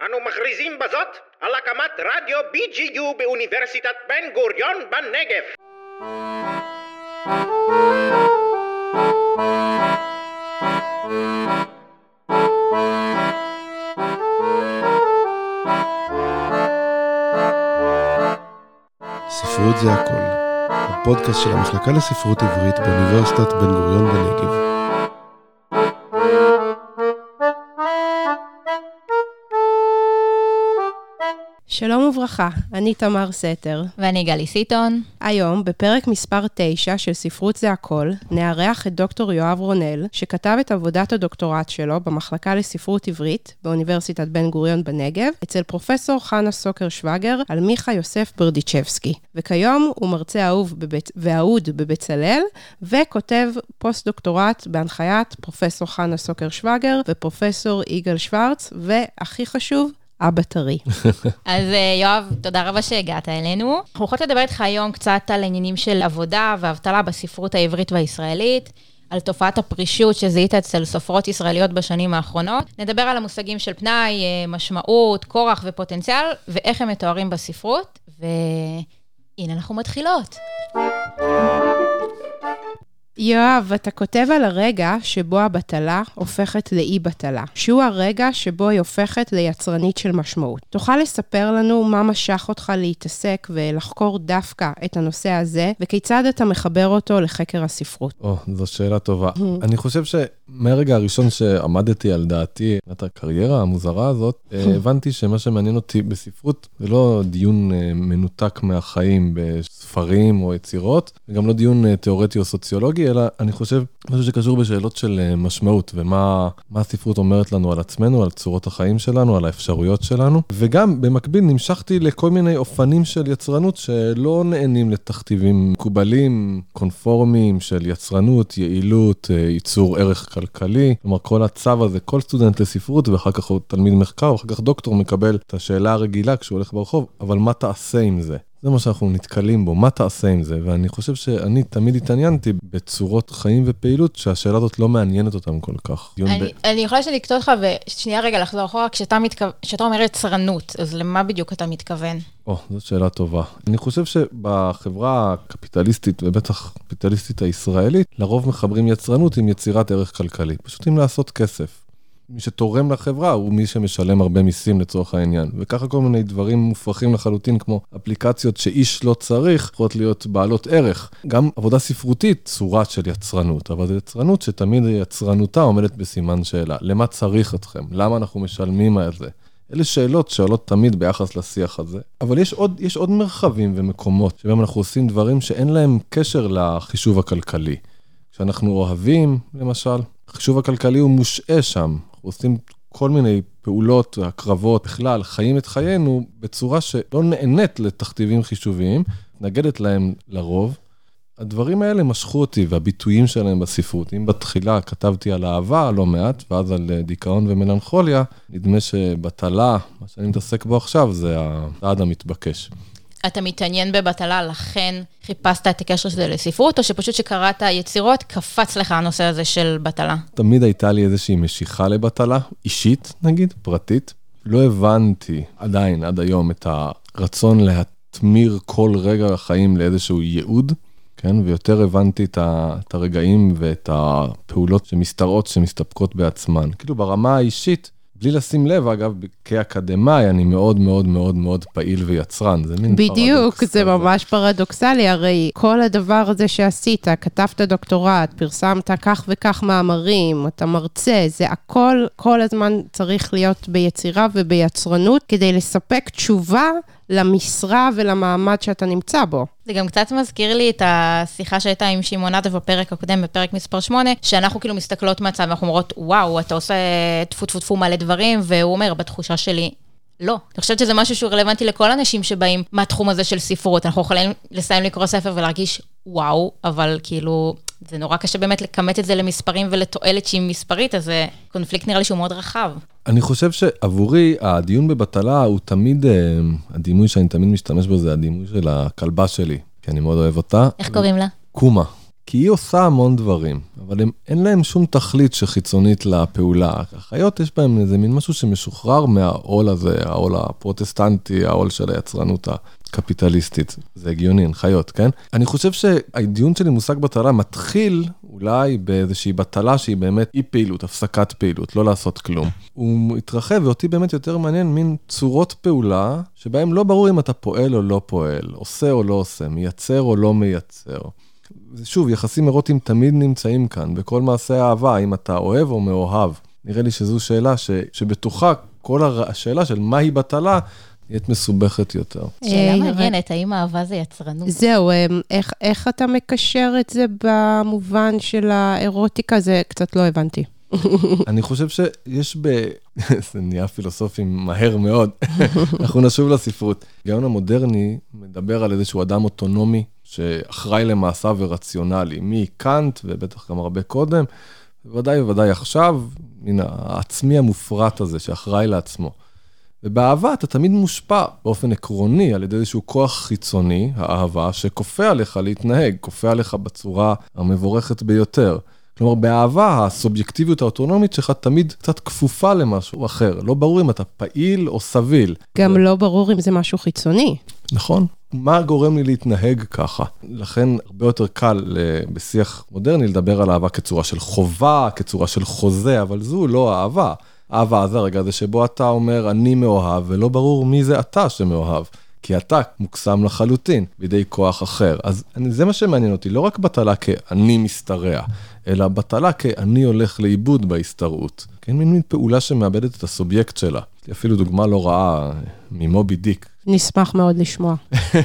אנו מכריזים בזאת על הקמת רדיו BGU באוניברסיטת בן גוריון בנגב. ספרות זה הכל, הפודקאסט של המחלקה לספרות עברית באוניברסיטת בן גוריון בנגב. שלום וברכה, אני תמר סתר. ואני גלי סיטון. היום, בפרק מספר 9 של ספרות זה הכל, נארח את דוקטור יואב רונל, שכתב את עבודת הדוקטורט שלו במחלקה לספרות עברית באוניברסיטת בן גוריון בנגב, אצל פרופסור חנה סוקר שווגר על מיכה יוסף ברדיצ'בסקי. וכיום הוא מרצה אהוב ואהוד בבצלאל, וכותב פוסט-דוקטורט בהנחיית פרופסור חנה סוקר שווגר ופרופסור יגאל שוורץ, והכי חשוב, אבא טרי. אז יואב, תודה רבה שהגעת אלינו. אנחנו יכולות לדבר איתך היום קצת על עניינים של עבודה ואבטלה בספרות העברית והישראלית, על תופעת הפרישות שזיהית אצל סופרות ישראליות בשנים האחרונות. נדבר על המושגים של פנאי, משמעות, כורח ופוטנציאל, ואיך הם מתוארים בספרות. והנה אנחנו מתחילות. יואב, אתה כותב על הרגע שבו הבטלה הופכת לאי בטלה, שהוא הרגע שבו היא הופכת ליצרנית של משמעות. תוכל לספר לנו מה משך אותך להתעסק ולחקור דווקא את הנושא הזה, וכיצד אתה מחבר אותו לחקר הספרות? זו שאלה טובה. אני חושב שמהרגע הראשון שעמדתי על דעתי, את הקריירה המוזרה הזאת, הבנתי שמה שמעניין אותי בספרות, זה לא דיון מנותק מהחיים בספרים או יצירות, וגם לא דיון תיאורטי או סוציולוגי, אלא אני חושב משהו שקשור בשאלות של משמעות, ומה הספרות אומרת לנו על עצמנו, על צורות החיים שלנו, על האפשרויות שלנו, וגם במקביל נמשכתי לכל מיני אופנים של יצרנות שלא נהנים לתכתיבים מקובלים, קונפורמיים של יצרנות, יעילות, ייצור ערך כלכלי, כלומר כל הצו הזה, כל סטודנט לספרות, ואחר כך הוא תלמיד מחקר, ואחר כך דוקטור מקבל את השאלה הרגילה כשהוא הולך ברחוב, אבל מה תעשה עם זה? זה מה שאנחנו נתקלים בו, מה תעשה עם זה? ואני חושב שאני תמיד התעניינתי בצורות חיים ופעילות, שהשאלה הזאת לא מעניינת אותם כל כך. אני יכולה שנקטוע אותך, ושנייה רגע לחזור אחורה, כשאתה אומר יצרנות, אז למה בדיוק אתה מתכוון? זאת שאלה טובה. אני חושב שבחברה הקפיטליסטית, ובטח הקפיטליסטית הישראלית, לרוב מחברים יצרנות עם יצירת ערך כלכלי, פשוט עם לעשות כסף. מי שתורם לחברה הוא מי שמשלם הרבה מיסים לצורך העניין. וככה כל מיני דברים מופרכים לחלוטין, כמו אפליקציות שאיש לא צריך, יכולות להיות בעלות ערך. גם עבודה ספרותית, צורה של יצרנות, אבל זו יצרנות שתמיד יצרנותה עומדת בסימן שאלה. למה צריך אתכם? למה אנחנו משלמים על זה? אלה שאלות שעולות תמיד ביחס לשיח הזה. אבל יש עוד מרחבים ומקומות שבהם אנחנו עושים דברים שאין להם קשר לחישוב הכלכלי. כשאנחנו אוהבים, למשל, החישוב הכלכלי הוא מושעה שם. אנחנו עושים כל מיני פעולות, הקרבות, בכלל, חיים את חיינו בצורה שלא נהנית לתכתיבים חישוביים, נגדת להם לרוב. הדברים האלה משכו אותי, והביטויים שלהם בספרות. אם בתחילה כתבתי על אהבה לא מעט, ואז על דיכאון ומלנכוליה, נדמה שבטלה, מה שאני מתעסק בו עכשיו, זה הצעד המתבקש. אתה מתעניין בבטלה, לכן חיפשת את הקשר שזה לספרות, או שפשוט שקראת יצירות, קפץ לך הנושא הזה של בטלה? תמיד הייתה לי איזושהי משיכה לבטלה, אישית נגיד, פרטית. לא הבנתי עדיין עד היום את הרצון להתמיר כל רגע החיים לאיזשהו ייעוד, כן? ויותר הבנתי את הרגעים ואת הפעולות שמסתפקות בעצמן. כאילו ברמה האישית, בלי לשים לב, אגב, כאקדמאי, אני מאוד מאוד מאוד מאוד פעיל ויצרן. זה מין בדיוק, זה ממש פרדוקסלי, הרי כל הדבר הזה שעשית, כתבת דוקטורט, פרסמת כך וכך מאמרים, אתה מרצה, זה הכל, כל הזמן צריך להיות ביצירה וביצרנות, כדי לספק תשובה למשרה ולמעמד שאתה נמצא בו. זה גם קצת מזכיר לי את השיחה שהייתה עם שמעונת בפרק הקודם, בפרק מספר 8, שאנחנו כאילו מסתכלות מהצד, ואנחנו אומרות, וואו, אתה עושה תפו מלא דברים, והוא אומר, בתחושה שלי, לא. אני חושבת שזה משהו שהוא רלוונטי לכל אנשים שבאים מהתחום הזה של ספרות. אנחנו יכולים לסיים לקרוא ספר ולהרגיש, וואו, אבל כאילו, זה נורא קשה באמת לכמת את זה למספרים ולתועלת שהיא מספרית, אז זה קונפליקט נראה לי שהוא מאוד רחב. אני חושב שעבורי הדיון בבטלה הוא תמיד, הדימוי שאני תמיד משתמש בו זה הדימוי של הכלבה שלי, כי אני מאוד אוהב אותה. איך קוראים לה? קומה. כי היא עושה המון דברים, אבל אין להם שום תכלית שחיצונית לפעולה. החיות יש בהם איזה מין משהו שמשוחרר מהעול הזה, העול הפרוטסטנטי, העול של היצרנות הקפיטליסטית. זה הגיוני, חיות, כן? אני חושב שהדיון שלי מושג בטלה מתחיל אולי באיזושהי בטלה שהיא באמת אי פעילות, הפסקת פעילות, לא לעשות כלום. הוא מתרחב, ואותי באמת יותר מעניין מין צורות פעולה, שבהם לא ברור אם אתה פועל או לא פועל, עושה או לא עושה, מייצר או לא מייצר. שוב, יחסים אירוטיים תמיד נמצאים כאן, בכל מעשה אהבה, אם אתה אוהב או מאוהב. נראה לי שזו שאלה שבתוכה כל השאלה של מהי בטלה, נהיית מסובכת יותר. שאלה מעניינת, האם אהבה זה יצרנות? זהו, איך אתה מקשר את זה במובן של האירוטיקה? זה קצת לא הבנתי. אני חושב שיש זה נהיה פילוסופי מהר מאוד. אנחנו נשוב לספרות. הגאון המודרני מדבר על איזשהו אדם אוטונומי, שאחראי למעשיו ורציונלי, מקאנט ובטח גם הרבה קודם, וודאי עכשיו, מן העצמי המופרט הזה שאחראי לעצמו. ובאהבה אתה תמיד מושפע באופן עקרוני על ידי איזשהו כוח חיצוני, האהבה, שכופה עליך להתנהג, כופה עליך בצורה המבורכת ביותר. כלומר, באהבה, הסובייקטיביות האוטונומית שלך תמיד קצת כפופה למשהו אחר. לא ברור אם אתה פעיל או סביל. גם לא ברור אם זה משהו חיצוני. נכון. מה גורם לי להתנהג ככה? לכן הרבה יותר קל בשיח מודרני לדבר על אהבה כצורה של חובה, כצורה של חוזה, אבל זו לא אהבה. אהבה זה הרגע הזה שבו אתה אומר אני מאוהב, ולא ברור מי זה אתה שמאוהב. כי אתה מוקסם לחלוטין בידי כוח אחר. אז זה מה שמעניין אותי, לא רק בטלה כאני מסתרע, אלא בטלה כאני הולך לאיבוד בהסתרעות. כן, מין פעולה שמאבדת את הסובייקט שלה. אפילו דוגמה לא רעה ממובי דיק. נשמח מאוד לשמוע.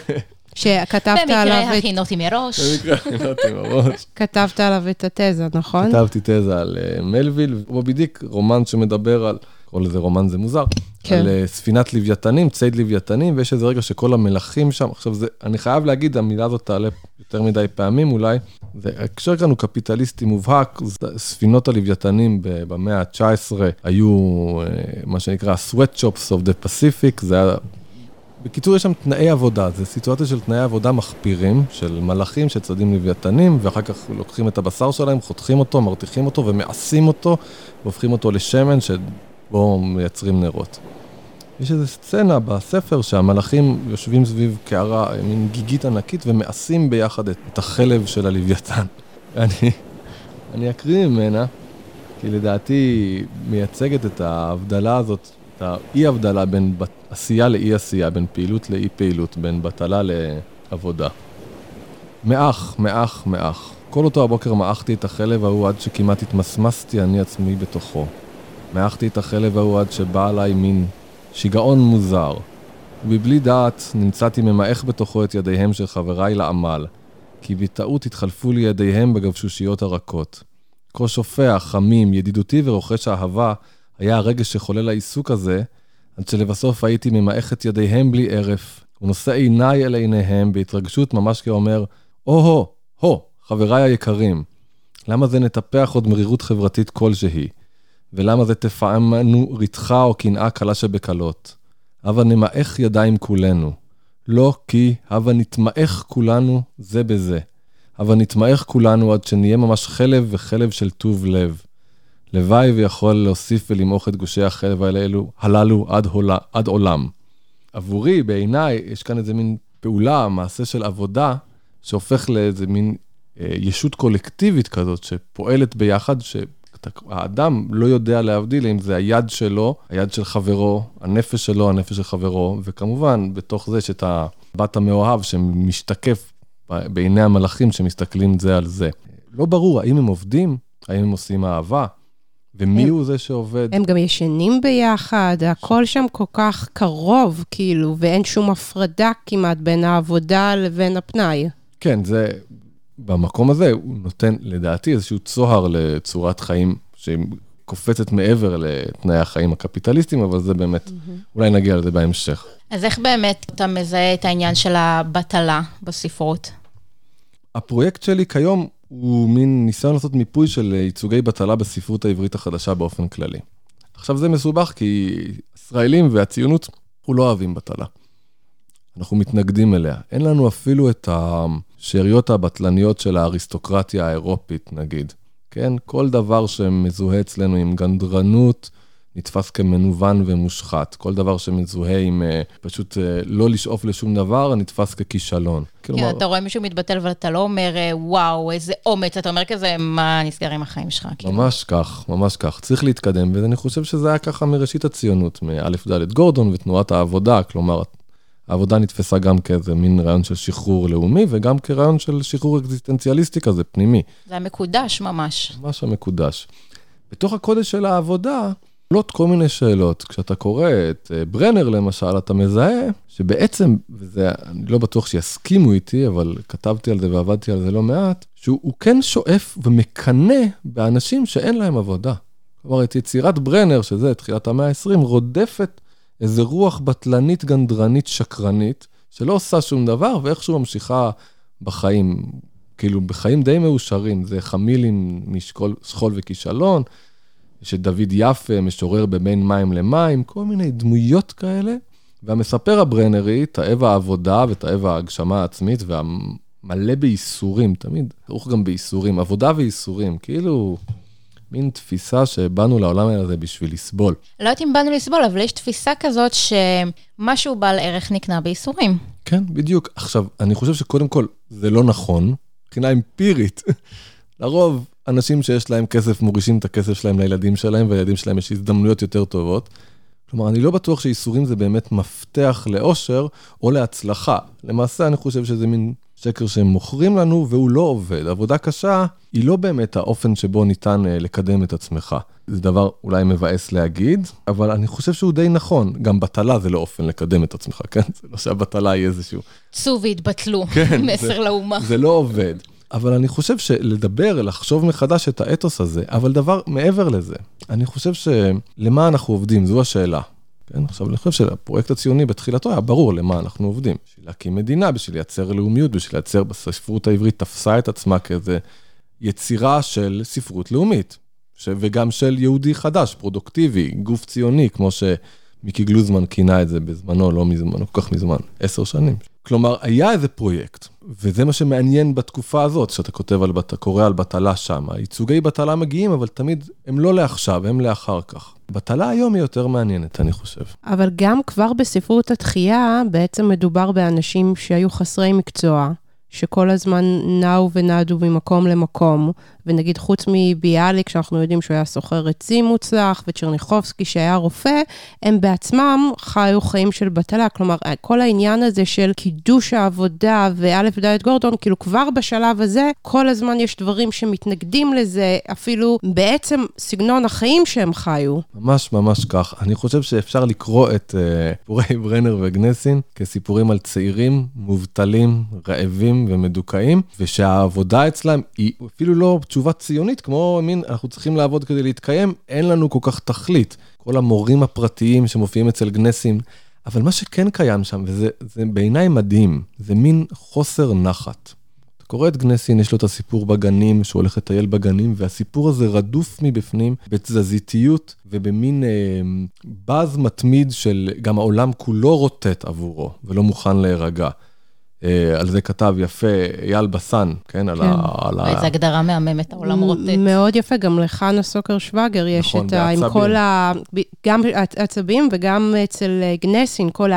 שכתבת עליו... במקרה הכינותי מראש. במקרה הכינותי מראש. כתבת עליו את התזה, נכון? כתבתי תזה על מלוויל, מובי דיק, רומן שמדבר על... כל איזה רומן זה מוזר, כן. על ספינת לוויתנים, ציד לוויתנים, ויש איזה רגע שכל המלכים שם, עכשיו אני חייב להגיד, המילה הזאת תעלה יותר מדי פעמים אולי, והקשר כאן הוא קפיטליסטי מובהק, ספינות הלוויתנים במאה ה-19 היו מה שנקרא sweatshops of the Pacific, זה היה, בקיצור יש שם תנאי עבודה, זה סיטואציה של תנאי עבודה מחפירים, של מלאכים שצדים לוויתנים, ואחר כך לוקחים את הבשר שלהם, חותכים אותו, מרתיחים אותו ומעשים אותו, והופכים אותו לשמן בו מייצרים נרות. יש איזו סצנה בספר שהמלאכים יושבים סביב קערה, מין גיגית ענקית, ומעשים ביחד את החלב של הלוויתן. אני אקריא ממנה, כי לדעתי מייצגת את ההבדלה הזאת, את האי-הבדלה בין עשייה לאי-עשייה, בין פעילות לאי-פעילות, בין בטלה לעבודה. מאח. כל אותו הבוקר מעכתי את החלב ההוא עד שכמעט התמסמסתי אני עצמי בתוכו. מעכתי את החלב ההוא עד שבא עליי מין שיגעון מוזר. ובבלי דעת נמצאתי ממעך בתוכו את ידיהם של חבריי לעמל, כי בטעות התחלפו לי ידיהם בגבשושיות הרכות. כה שופע, חמים, ידידותי ורוחש אהבה, היה הרגש שחולל העיסוק הזה, עד שלבסוף הייתי ממעך את ידיהם בלי ערף, ונושא עיניי אל עיניהם בהתרגשות ממש כאומר, הו, חבריי היקרים, למה זה נטפח עוד מרירות חברתית כלשהי? ולמה זה תפעמנו ריתחה או קנאה קלה שבקלות? הווה נמעך ידיים כולנו. לא כי הווה נתמעך כולנו זה בזה. הווה נתמעך כולנו עד שנהיה ממש חלב וחלב של טוב לב. לוואי ויכול להוסיף ולמעוך את גושי החלב הללו עד עולם. עבורי, בעיניי, יש כאן איזה מין פעולה, מעשה של עבודה, שהופך לאיזה מין ישות קולקטיבית כזאת, שפועלת ביחד, האדם לא יודע להבדיל אם זה היד שלו, היד של חברו, הנפש שלו, הנפש של חברו, וכמובן בתוך זה שאת הבת המאוהב שמשתקף בעיני המלאכים שמסתכלים זה על זה. לא ברור האם הם עובדים, האם הם עושים אהבה, ומי הוא זה שעובד. הם גם ישנים ביחד, הכל שם כל כך קרוב כאילו, ואין שום הפרדה כמעט בין העבודה לבין הפנאי. כן, זה... במקום הזה הוא נותן לדעתי איזשהו צוהר לצורת חיים שקופצת מעבר לתנאי החיים הקפיטליסטיים, אבל זה באמת, אולי נגיע לזה בהמשך. אז איך באמת אתה מזהה את העניין של הבטלה בספרות? הפרויקט שלי כיום הוא מין ניסיון לעשות מיפוי של ייצוגי בטלה בספרות העברית החדשה באופן כללי. עכשיו זה מסובך כי ישראלים והציונות הוא לא אוהבים בטלה. אנחנו מתנגדים אליה. אין לנו אפילו את שאריות הבטלניות של האריסטוקרטיה האירופית, נגיד. כן? כל דבר שמזוהה אצלנו עם גנדרנות, נתפס כמנוון ומושחת. כל דבר שמזוהה עם פשוט לא לשאוף לשום דבר, נתפס ככישלון. כן, אתה רואה מישהו מתבטל, ואתה לא אומר, וואו, איזה אומץ, אתה אומר כזה, מה נסגר עם החיים שלך? ממש כך, ממש כך. צריך להתקדם, ואני חושב שזה היה ככה מראשית הציונות, מאלף ד' גורדון ותנועת העבודה, כלומר, העבודה נתפסה גם כאיזה מין רעיון של שחרור לאומי, וגם כרעיון של שחרור אקזיסטנציאליסטי כזה, פנימי. זה המקודש ממש. ממש המקודש. בתוך הקודש של העבודה, עולות כל מיני שאלות. כשאתה קורא את ברנר למשל, אתה מזהה שבעצם, וזה, אני לא בטוח שיסכימו איתי, אבל כתבתי על זה ועבדתי על זה לא מעט, שהוא כן שואף ומקנה באנשים שאין להם עבודה. כלומר, את יצירת ברנר, שזה תחילת המאה ה-20, רודפת איזו רוח בטלנית, גנדרנית, שקרנית, שלא עושה שום דבר, ואיכשהו ממשיכה בחיים, כאילו בחיים די מאושרים, זה חמילים משכול וכישלון, שדוד יפה משורר בבין מים למים, כל מיני דמויות כאלה, והמספר הברנרי, תאב העבודה ותאב ההגשמה העצמית, והמלא בייסורים, תמיד, רוח גם בייסורים, עבודה וייסורים, כאילו מין תפיסה שבאנו לעולם הזה בשביל לסבול. לא יודעת אם באנו לסבול, אבל יש תפיסה כזאת שמשהו בעל ערך נקנה בייסורים. כן, בדיוק. עכשיו, אני חושב שקודם כל זה לא נכון, מבחינה אמפירית. לרוב, אנשים שיש להם כסף מורישים את הכסף שלהם לילדים שלהם, והילדים שלהם יש הזדמנויות יותר טובות. כלומר, אני לא בטוח שייסורים זה באמת מפתח לאושר או להצלחה. למעשה, אני חושב שזה מין שקר שהם מוכרים לנו, והוא לא עובד. עבודה קשה היא לא באמת האופן שבו ניתן לקדם את עצמך. זה דבר אולי מבאס להגיד, אבל אני חושב שהוא די נכון. גם בטלה זה לא אופן לקדם את עצמך, כן? זה לא שהבטלה היא איזשהו... צאו והתבטלו, כן, מסר לאומה. זה לא עובד. אבל אני חושב שלדבר, לחשוב מחדש את האתוס הזה, אבל דבר מעבר לזה, אני חושב שלמה אנחנו עובדים, זו השאלה. כן? עכשיו, אני חושב שהפרויקט הציוני בתחילתו היה ברור למה אנחנו עובדים. בשביל להקים מדינה, בשביל לייצר לאומיות, בשביל לייצר בספרות העברית, תפסה את עצמה כאיזה יצירה של ספרות לאומית, וגם של יהודי חדש, פרודוקטיבי, גוף ציוני, כמו שמיקי גלוזמן כינה את זה בזמנו, לא מזמן, לא כל כך מזמן, 10 שנים. כלומר, היה איזה פרויקט, וזה מה שמעניין בתקופה הזאת, שאתה קורא על בטלה שם. ייצוגי בטלה מגיעים, אבל תמיד הם לא לעכשיו, הם לאחר כך. בטלה היום היא יותר מעניינת, אני חושב. אבל גם כבר בספרות התחייה, בעצם מדובר באנשים שהיו חסרי מקצוע, שכל הזמן נעו ונעדו ממקום למקום, ונגיד חוץ מביאליק, שאנחנו יודעים שהוא היה סוחר עצים מוצלח, וצ'רניחובסקי שהיה רופא, הם בעצמם חיו חיים של בטלה, כלומר, כל העניין הזה של קידוש העבודה ואלף ד' גורדון, כאילו כבר בשלב הזה, כל הזמן יש דברים שמתנגדים לזה, אפילו בעצם סגנון החיים שהם חיו. ממש ממש כך. אני חושב שאפשר לקרוא את סיפורי ברנר וגנסין, כסיפורים על צעירים, מובטלים, רעבים ומדוכאים, ושהעבודה אצלם היא אפילו לא תשובה ציונית, כמו מין, אנחנו צריכים לעבוד כדי להתקיים, אין לנו כל כך תכלית. כל המורים הפרטיים שמופיעים אצל גנסין, אבל מה שכן קיים שם, וזה בעיניי מדהים, זה מין חוסר נחת. אתה קורא את גנסין, יש לו את הסיפור בגנים, שהוא הולך לטייל בגנים, והסיפור הזה רדוף מבפנים, בתזזיתיות, ובמין בז מתמיד של גם העולם כולו רוטט עבורו, ולא מוכן להירגע. על זה כתב יפה אייל בסן, כן? על איזו הגדרה מהממת, העולם רוטט. מאוד יפה, גם לחנה סוקר שווגר יש את עם כל גם העצבים וגם אצל גנסין, כל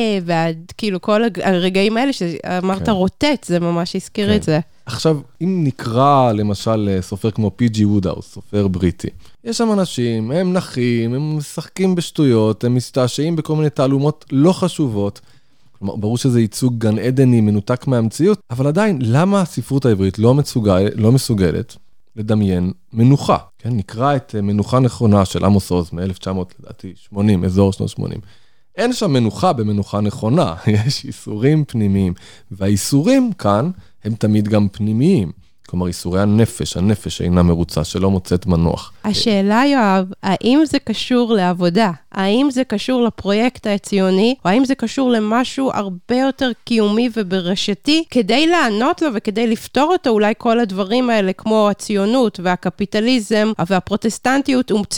וכאילו כל הרגעים האלה שאמרת רוטט, זה ממש הזכיר את זה. עכשיו, אם נקרא למשל סופר כמו פי.ג'י וודהאוס, סופר בריטי, יש שם אנשים, הם נחים, הם משחקים בשטויות, הם מסתעשעים בכל מיני תעלומות לא חשובות, כלומר, ברור שזה ייצוג גן עדני מנותק מהמציאות, אבל עדיין, למה הספרות העברית לא מסוגלת לדמיין מנוחה? כן, נקרא את מנוחה נכונה של עמוס עוז מ-1980, אזור שנות 80. אין שם מנוחה במנוחה נכונה, יש איסורים פנימיים, והאיסורים כאן הם תמיד גם פנימיים. כלומר, איסורי הנפש אינה מרוצה, שלא מוצאת מנוח. השאלה, יואב, האם זה קשור לעבודה? האם זה קשור לפרויקט הציוני? או האם זה קשור למשהו הרבה יותר קיומי וברשתי? כדי לענות לו וכדי לפתור אותו, אולי כל הדברים האלה, כמו הציונות והקפיטליזם והפרוטסטנטיות, הומצאו.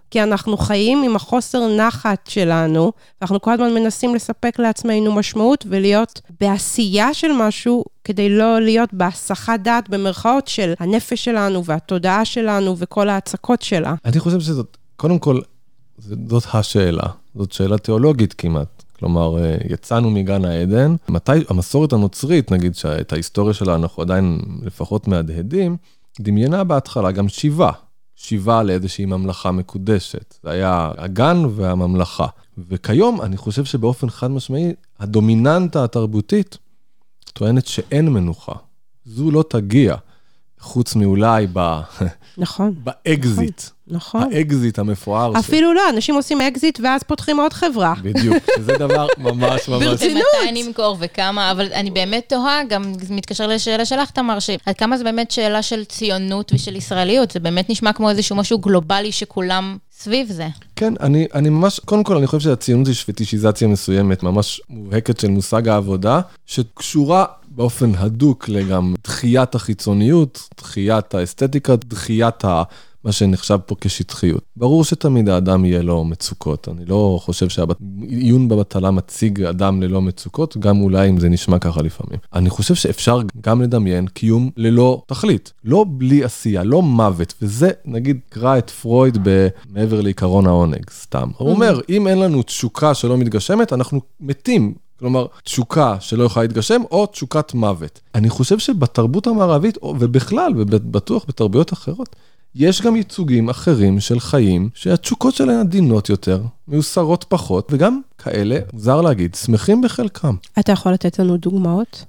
כי אנחנו חיים עם החוסר נחת שלנו, ואנחנו כל הזמן מנסים לספק לעצמנו משמעות, ולהיות בעשייה של משהו, כדי לא להיות בהסחת דעת במרכאות של הנפש שלנו, והתודעה שלנו, וכל ההצקות שלה. אני חושב שזאת, קודם כל, זאת השאלה. זאת שאלה תיאולוגית כמעט. כלומר, יצאנו מגן העדן. מתי המסורת הנוצרית, נגיד שאת ההיסטוריה שלה אנחנו עדיין לפחות מהדהדים, דמיינה בהתחלה גם שיבה לאיזושהי ממלכה מקודשת. זה היה הגן והממלכה. וכיום אני חושב שבאופן חד משמעי, הדומיננטה התרבותית טוענת שאין מנוחה. זו לא תגיע, חוץ מאולי נכון. באקזיט. נכון. האקזיט המפואר. אפילו לא, אנשים עושים אקזיט ואז פותחים עוד חברה. בדיוק, שזה דבר ממש ממש. ברצינות. ומתי נמכור וכמה, אבל אני באמת תוהה, גם מתקשר לשאלה שלך, תמר, עד כמה זה באמת שאלה של ציונות ושל ישראליות, זה באמת נשמע כמו איזשהו משהו גלובלי שכולם סביב זה. כן, אני ממש, קודם כל אני חושב שהציונות היא פטישיזציה מסוימת, ממש מובהקת של מושג העבודה, שקשורה באופן הדוק לגם דחיית החיצוניות, דחיית האסתטיקה, דחיית מה שנחשב פה כשטחיות. ברור שתמיד האדם יהיה לו מצוקות. אני לא חושב שהעיון בבטלה מציג אדם ללא מצוקות, גם אולי אם זה נשמע ככה לפעמים. אני חושב שאפשר גם לדמיין קיום ללא תכלית. לא בלי עשייה, לא מוות. וזה, נגיד, קרא את פרויד מעבר לעיקרון העונג, סתם. הוא אומר, אם אין לנו תשוקה שלא מתגשמת, אנחנו מתים. כלומר, תשוקה שלא יכולה להתגשם, או תשוקת מוות. אני חושב שבתרבות המערבית, ובכלל, ובטוח בתרבויות אחרות, יש גם ייצוגים אחרים של חיים, שהתשוקות שלהן עדינות יותר, מיוסרות פחות, וגם כאלה, מוזר להגיד, שמחים בחלקם. אתה יכול לתת לנו דוגמאות?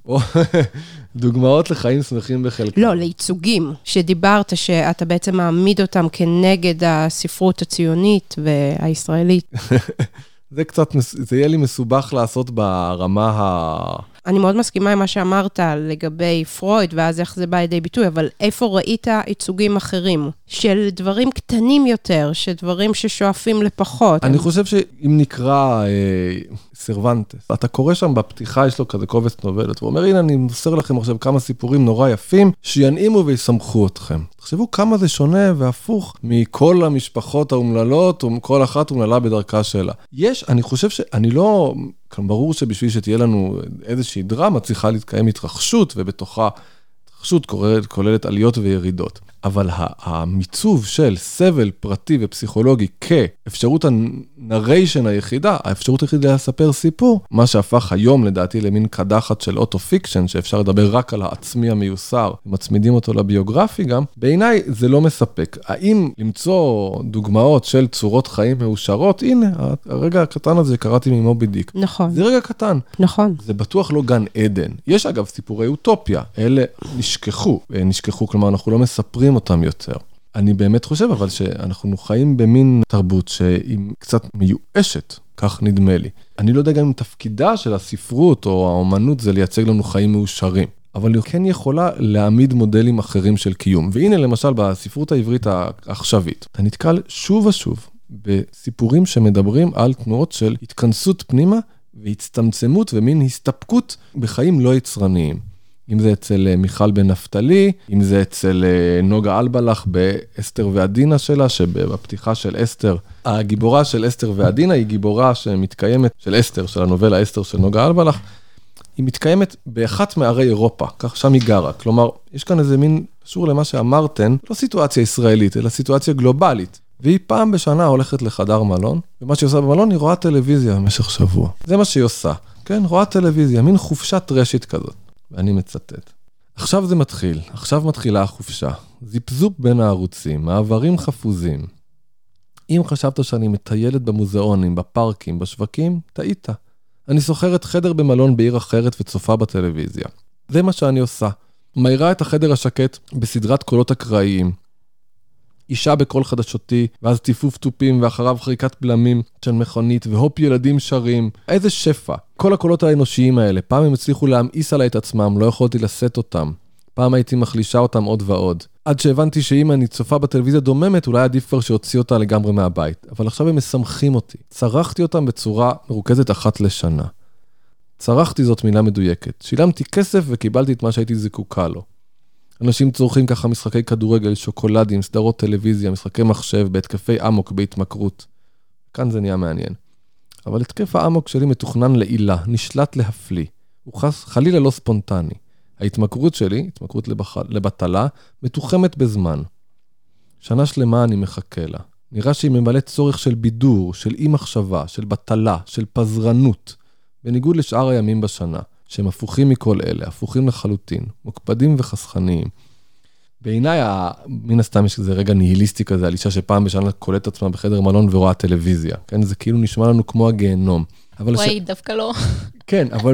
דוגמאות לחיים שמחים בחלקם. לא, לייצוגים, שדיברת שאתה בעצם מעמיד אותם כנגד הספרות הציונית והישראלית. זה יהיה לי מסובך לעשות ברמה אני מאוד מסכימה עם מה שאמרת לגבי פרויד, ואז איך זה בא לידי ביטוי, אבל איפה ראית ייצוגים אחרים? של דברים קטנים יותר, של דברים ששואפים לפחות. אני חושב שאם נקרא סרוונטס, אתה קורא שם בפתיחה, יש לו כזה קובץ נובלת, הוא אומר, הנה אני מוסר לכם עכשיו כמה סיפורים נורא יפים, שינעימו ויסמכו אתכם. תחשבו כמה זה שונה והפוך מכל המשפחות האומללות, כל אחת אומללה בדרכה שלה. אני חושב שאני לא... ברור שבשביל שתהיה לנו איזושהי דרמה, צריכה להתקיים התרחשות, ובתוכה התרחשות כוללת עליות וירידות. אבל המיצוב של סבל פרטי ופסיכולוגי כאפשרות הנריישן היחידה, האפשרות היחידה לספר סיפור, מה שהפך היום לדעתי למין קדחת של אוטו-פיקשן, שאפשר לדבר רק על העצמי המיוסר, ומצמידים אותו לביוגרפי גם, בעיניי זה לא מספק. האם למצוא דוגמאות של צורות חיים מאושרות? הנה, הרגע הקטן הזה קראתי ממובי דיק. נכון. זה רגע קטן. נכון. זה בטוח לא גן עדן. יש אגב סיפורי אוטופיה, אלה נשכחו, כלומר אנחנו לא מספרים אותם יותר. אני באמת חושב אבל שאנחנו חיים במין תרבות שהיא קצת מיואשת, כך נדמה לי. אני לא יודע גם אם תפקידה של הספרות או האומנות זה לייצג לנו חיים מאושרים, אבל היא כן יכולה להעמיד מודלים אחרים של קיום. והנה למשל בספרות העברית העכשווית, אתה נתקל שוב ושוב בסיפורים שמדברים על תנועות של התכנסות פנימה והצטמצמות ומין הסתפקות בחיים לא יצרניים. אם זה אצל מיכל בן נפתלי, אם זה אצל נוגה אלבלח באסתר ועדינה שלה, שבפתיחה של אסתר, הגיבורה של אסתר ועדינה היא גיבורה שמתקיימת, של אסתר, של הנובלה אסתר של נוגה אלבלח, היא מתקיימת באחת מערי אירופה, כך שם היא גרה. כלומר, יש כאן איזה מין, קשור למה שאמרתן, לא סיטואציה ישראלית, אלא סיטואציה גלובלית. והיא פעם בשנה הולכת לחדר מלון, ומה שהיא עושה במלון היא רואה טלוויזיה במשך שבוע. זה מה שהיא עושה, כן? רואה טלוויזיה, מין חופשת רשת כזאת. ואני מצטט. עכשיו זה מתחיל, עכשיו מתחילה החופשה. זיפזופ בין הערוצים, מעברים חפוזים. אם חשבת שאני מטיילת במוזיאונים, בפארקים, בשווקים, טעית. אני סוחרת חדר במלון בעיר אחרת וצופה בטלוויזיה. זה מה שאני עושה. מהירה את החדר השקט בסדרת קולות אקראיים. אישה בקול חדשותי, ואז טיפוף טופים, ואחריו חריקת בלמים של מכונית, והופ ילדים שרים. איזה שפע. כל הקולות האנושיים האלה, פעם הם הצליחו להמאיס עליי את עצמם, לא יכולתי לשאת אותם. פעם הייתי מחלישה אותם עוד ועוד. עד שהבנתי שאם אני צופה בטלוויזיה דוממת, אולי עדיף כבר שהוציא אותה לגמרי מהבית. אבל עכשיו הם משמחים אותי. צרחתי אותם בצורה מרוכזת אחת לשנה. צרחתי זאת מילה מדויקת. שילמתי כסף וקיבלתי את מה שהייתי זקוקה לו. אנשים צורכים ככה משחקי כדורגל, שוקולדים, סדרות טלוויזיה, משחקי מחשב, בהתקפי אמוק, בהתמכרות. כאן זה נהיה מעניין. אבל התקף האמוק שלי מתוכנן לעילה, נשלט להפליא. הוא חלילה לא ספונטני. ההתמכרות שלי, התמכרות לבטלה, מתוחמת בזמן. שנה שלמה אני מחכה לה. נראה שהיא ממלאת צורך של בידור, של אי מחשבה, של בטלה, של פזרנות, בניגוד לשאר הימים בשנה, שהם הפוכים מכל אלה, הפוכים לחלוטין, מוקפדים וחסכניים. בעיניי, מן הסתם יש איזה רגע ניהיליסטי כזה, על אישה שפעם בשנה קולט עצמה בחדר מלון ורואה טלוויזיה. כן, זה כאילו נשמע לנו כמו הגיהנום. וואי, דווקא לא. כן, אבל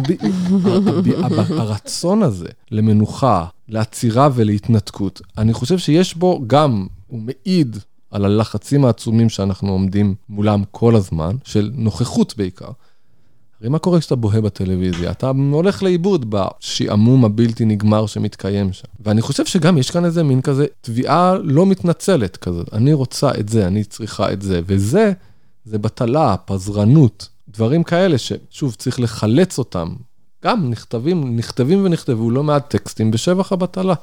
הרצון הזה למנוחה, לעצירה ולהתנתקות, אני חושב שיש בו גם, הוא מעיד על הלחצים העצומים שאנחנו עומדים מולם כל הזמן, של נוכחות בעיקר. הרי מה קורה כשאתה בוהה בטלוויזיה? אתה הולך לאיבוד בשעמום הבלתי נגמר שמתקיים שם. ואני חושב שגם יש כאן איזה מין כזה, תביעה לא מתנצלת כזה. אני רוצה את זה, אני צריכה את זה. וזה, זה בטלה, פזרנות, דברים כאלה ששוב צריך לחלץ אותם. גם נכתבים ונכתבו לא מעט טקסטים בשבח הבטלה.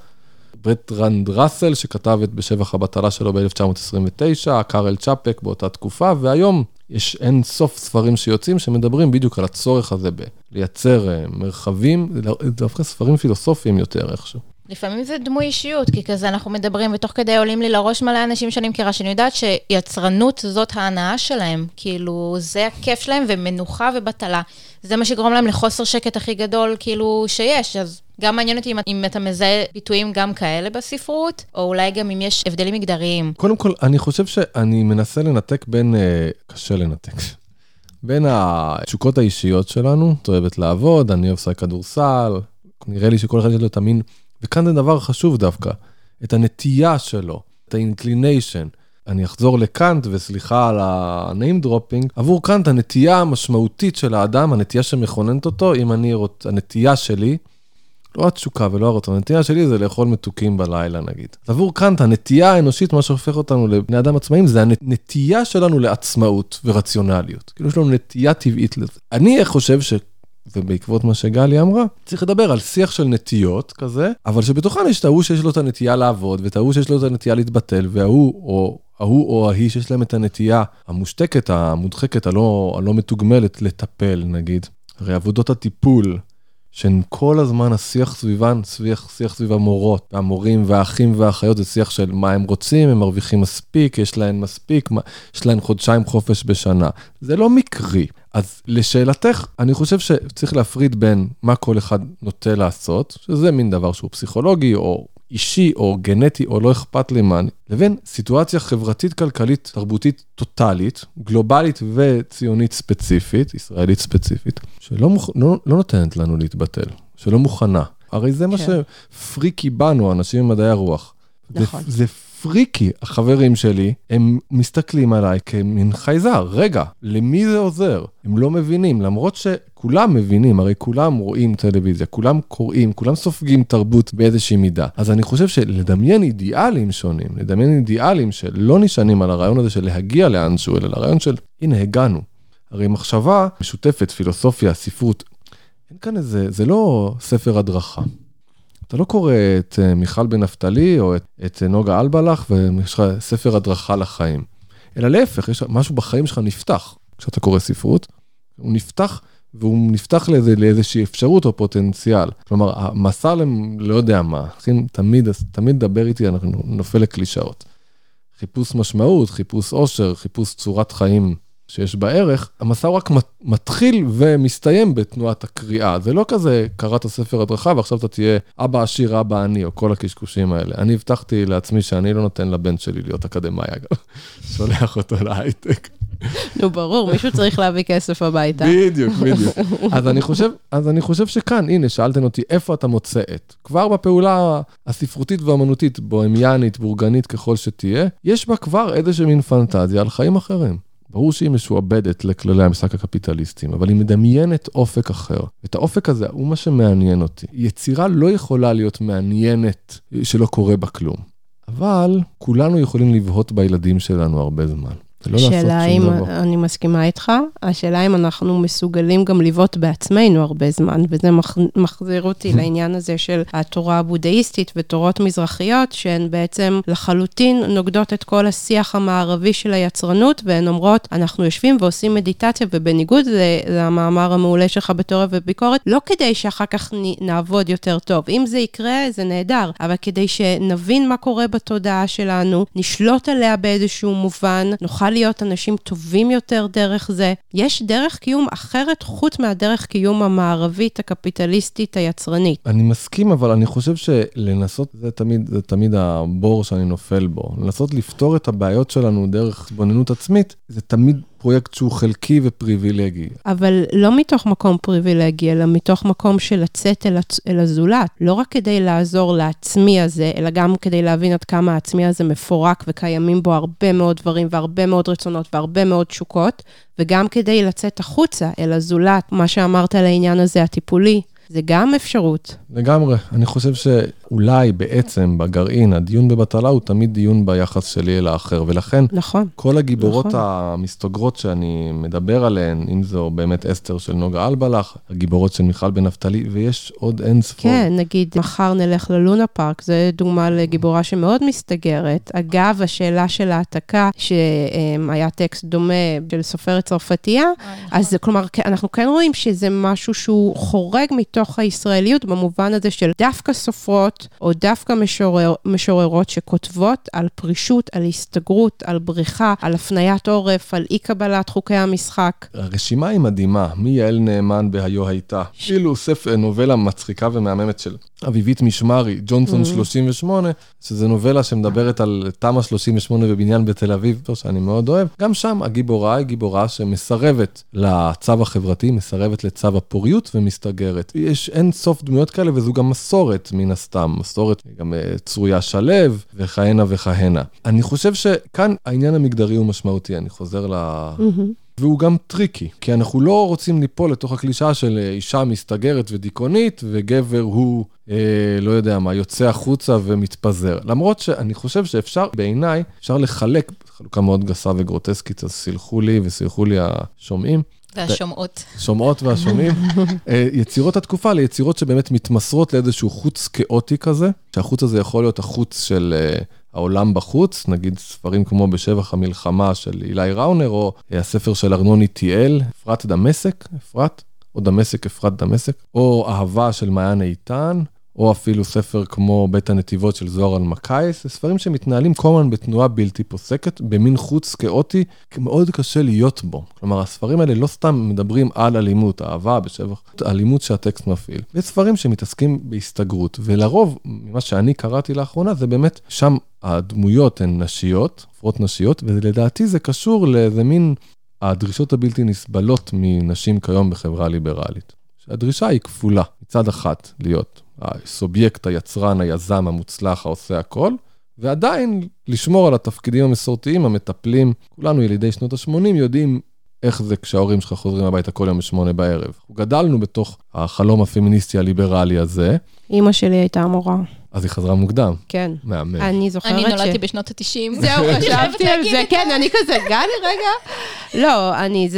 ברטרנד ראסל שכתב את בשבח הבטלה שלו ב-1929, קארל צ'אפק באותה תקופה, והיום יש אין סוף ספרים שיוצאים שמדברים בדיוק על הצורך הזה לייצר מרחבים, דווקא ספרים פילוסופיים יותר איכשהו. לפעמים זה דמוי אישיות, כי כזה אנחנו מדברים, ותוך כדי עולים לי לראש מלא אנשים שאני מכירה, שאני יודעת שיצרנות זאת ההנאה שלהם, כאילו זה הכיף שלהם ומנוחה ובטלה. זה מה שגרום להם לחוסר שקט הכי גדול כאילו שיש, אז גם מעניין אותי אם אתה מזהה ביטויים גם כאלה בספרות, או אולי גם אם יש הבדלים מגדריים. קודם כל, אני חושב שאני מנסה לנתק בין, קשה לנתק, בין התשוקות האישיות שלנו, את אוהבת לעבוד, אני עושה כדורסל, נראה לי שכל אחד יש לו את המין, וכאן זה דבר חשוב דווקא, את הנטייה שלו, את האינקליניישן. אני אחזור לקאנט, וסליחה על ה-name dropping, עבור קאנט הנטייה המשמעותית של האדם, הנטייה שמכוננת אותו, אם אני רוצה, הנטייה שלי, לא התשוקה ולא הרצון, הנטייה שלי זה לאכול מתוקים בלילה נגיד. עבור קאנט, הנטייה האנושית, מה שהופך אותנו לבני אדם עצמאים, זה הנטייה שלנו לעצמאות ורציונליות. כאילו יש לנו נטייה טבעית לזה. אני חושב ש... ובעקבות מה שגלי אמרה, צריך לדבר על שיח של נטיות כזה, אבל שבתוכן יש את ההוא שיש לו את הנטייה לעבוד, ואת ההוא שיש לו את הנטייה להתבטל, וההוא או ההיא שיש להם את הנטייה המושתקת, המודחקת, הלא מתוגמלת לטפל נגיד. הרי עבודות הטיפול, שהן כל הזמן השיח סביבן, שיח סביב המורות, והמורים והאחים והאחיות, זה שיח של מה הם רוצים, הם מרוויחים מספיק, יש להם מספיק, יש להם חודשיים חופש בשנה. זה לא מקרי. אז לשאלתך, אני חושב שצריך להפריד בין מה כל אחד נוטה לעשות, שזה מין דבר שהוא פסיכולוגי, או אישי, או גנטי, או לא אכפת לי מה, לבין סיטואציה חברתית, כלכלית, תרבותית, טוטלית, גלובלית וציונית ספציפית, ישראלית ספציפית, שלא לא נותנת לנו להתבטל, שלא מוכנה. הרי זה מה שפריקי בנו, אנשים ממדעי הרוח. נכון. זה פריקי, החברים שלי, הם מסתכלים עליי כמין חייזר. רגע, למי זה עוזר? הם לא מבינים, למרות שכולם מבינים, הרי כולם רואים טלוויזיה, כולם קוראים, כולם סופגים תרבות באיזושהי מידה. אז אני חושב שלדמיין אידיאלים שונים, לדמיין אידיאלים שלא נשענים על הרעיון הזה של להגיע לאנשהו, אלא לרעיון של, הנה, הגענו. הרי מחשבה משותפת, פילוסופיה, ספרות, אין כאן איזה, זה לא ספר הדרכה. אתה לא קורא את מיכל בן נפתלי או את נוגה אלבלח ויש לך ספר הדרכה לחיים. אלא להפך, יש משהו בחיים שלך נפתח. כשאתה קורא ספרות, הוא נפתח והוא נפתח לאיזושהי אפשרות או פוטנציאל. כלומר, המסע לא יודע מה, תמיד דבר איתי, אנחנו נופל לקלישאות. חיפוש משמעות, חיפוש עושר, חיפוש צורת חיים שיש בערך, המסע הוא רק מתחיל ומסתיים בתנועת הקריאה. זה לא כזה, קראת ספר הדרכה ועכשיו אתה תהיה אבא עשיר, אבא עני, או כל הקשקושים האלה. אני הבטחתי לעצמי שאני לא נותן לבן שלי להיות אקדמאי, אגב. שולח אותו להייטק. נו, ברור, מישהו צריך להביא כסף הביתה. בדיוק. אז אני חושב שכאן, הנה, שאלתם אותי, איפה אתה מוצאת? כבר בפעולה הספרותית והאמנותית, בוהמיאנית, בורגנית ככל שתהיה, יש בה כבר איזושהי מין פנטזיה על חיים אחרים. ברור שהיא משועבדת לכללי המשחק הקפיטליסטיים, אבל היא מדמיינת אופק אחר. את האופק הזה הוא מה שמעניין אותי. יצירה לא יכולה להיות מעניינת שלא קורה בה כלום. אבל כולנו יכולים לבהות בילדים שלנו הרבה זמן. השאלה אם, אני מסכימה איתך, השאלה אם אנחנו מסוגלים גם לבעוט בעצמנו הרבה זמן, וזה מחזיר אותי לעניין הזה של התורה הבודהיסטית ותורות מזרחיות, שהן בעצם לחלוטין נוגדות את כל השיח המערבי של היצרנות, והן אומרות, אנחנו יושבים ועושים מדיטציה, ובניגוד למאמר המעולה שלך בתיאוריה וביקורת, לא כדי שאחר כך נעבוד יותר טוב. אם זה יקרה, זה נהדר, אבל כדי שנבין מה קורה בתודעה שלנו, נשלוט עליה באיזשהו מובן, נוכל להיות אנשים טובים יותר דרך זה. יש דרך קיום אחרת חוץ מהדרך קיום המערבית, הקפיטליסטית, היצרנית. אני מסכים, אבל אני חושב שלנסות, זה תמיד הבור שאני נופל בו. לנסות לפתור את הבעיות שלנו דרך התבוננות עצמית, זה תמיד פרויקט שהוא חלקי ופריבילגי. אבל לא מתוך מקום פריבילגי, אלא מתוך מקום של לצאת אל הזולת. לא רק כדי לעזור לעצמי הזה, אלא גם כדי להבין עד כמה העצמי הזה מפורק, וקיימים בו הרבה מאוד דברים, והרבה מאוד רצונות, והרבה מאוד תשוקות, וגם כדי לצאת החוצה אל הזולת, מה שאמרת על העניין הזה, הטיפולי, זה גם אפשרות. לגמרי. אני חושב שאולי בעצם בגרעין, הדיון בבטלה הוא תמיד דיון ביחס שלי אל האחר, ולכן נכון, כל הגיבורות המסתגרות שאני מדבר עליהן, אם זו באמת אסתר של נוגה אלבלח, הגיבורות של מיכל בן נפתלי, ויש עוד אין ספור. כן, נגיד, מחר נלך ללונה פארק, זה דוגמה לגיבורה שמאוד מסתגרת. אגב, השאלה של העתקה, שהיה טקסט דומה של סופרת צרפתייה, אז כלומר, אנחנו כן רואים שזה משהו שהוא חורג מתוך הישראליות, במובן הזה של דווקא סופרות, או דווקא משוררות שכותבות על פרישות, על הסתגרות, על בריחה, על הפניית עורף, על אי קבלת חוקי המשחק. הרשימה היא מדהימה, מיעל נאמן בהיו הייתה. אפילו נובלה מצחיקה ומהממת של אביבית משמרי, ג'ונסון 38, שזה נובלה שמדברת על תמ"א 38 בבניין בתל אביב, שאני מאוד אוהב. גם שם הגיבורה היא גיבורה שמסרבת לצו החברתי, מסרבת לצו הפוריות ומסתגרת. יש אין סוף דמויות כאלה, וזו גם מסורת מן הסתם. מסורת גם צרויה שלב וכהנה וכהנה. אני חושב שכאן העניין המגדרי הוא משמעותי, אני חוזר והוא גם טריקי, כי אנחנו לא רוצים ליפול לתוך הקלישה של אישה מסתגרת ודיכאונית, וגבר הוא, לא יודע מה, יוצא החוצה ומתפזר. למרות שאני חושב שאפשר, בעיניי, אפשר לחלק, חלוקה מאוד גסה וגרוטסקית, אז סלחו לי וסלחו לי השומעים. והשומעות. שומעות והשומעים. יצירות התקופה ליצירות שבאמת מתמסרות לאיזשהו חוץ כאוטי כזה, שהחוץ הזה יכול להיות החוץ של העולם בחוץ, נגיד ספרים כמו בשבח המלחמה של אילי ראונר, או הספר של ארנוני תיאל, אפרת דמשק, או דמשק, אפרת דמשק, או אהבה של מעיין איתן, או אפילו ספר כמו בית הנתיבות של זוהר אלמקייס, ספרים שמתנהלים כל הזמן בתנועה בלתי פוסקת, במין חוץ כאוטי, מאוד קשה להיות בו. כלומר, הספרים האלה לא סתם מדברים על אלימות, אהבה בשבח, אלימות שהטקסט מפעיל. ויש ספרים שמתעסקים בהסתגרות, ולרוב, ממה שאני קראתי לאחרונה, זה באמת, שם הדמויות הן נשיות, ספרות נשיות, ולדעתי זה קשור לאיזה מין הדרישות הבלתי נסבלות מנשים כיום בחברה ליברלית. שהדרישה היא כפולה, מצד אחת להיות הסובייקט, היצרן, היזם, המוצלח, העושה הכל, ועדיין לשמור על התפקידים המסורתיים, המטפלים. כולנו ילידי שנות ה-80 יודעים איך זה כשההורים שלך חוזרים הביתה כל יום 8 בערב. אנחנו גדלנו בתוך החלום הפמיניסטי הליברלי הזה. אמא שלי הייתה מורה. אז היא חזרה מוקדם. כן. מהמם. אני זוכרת אני נולדתי בשנות ה-90. זהו, חשבתי על זה. כן, אני כזה, גלי רגע. לא,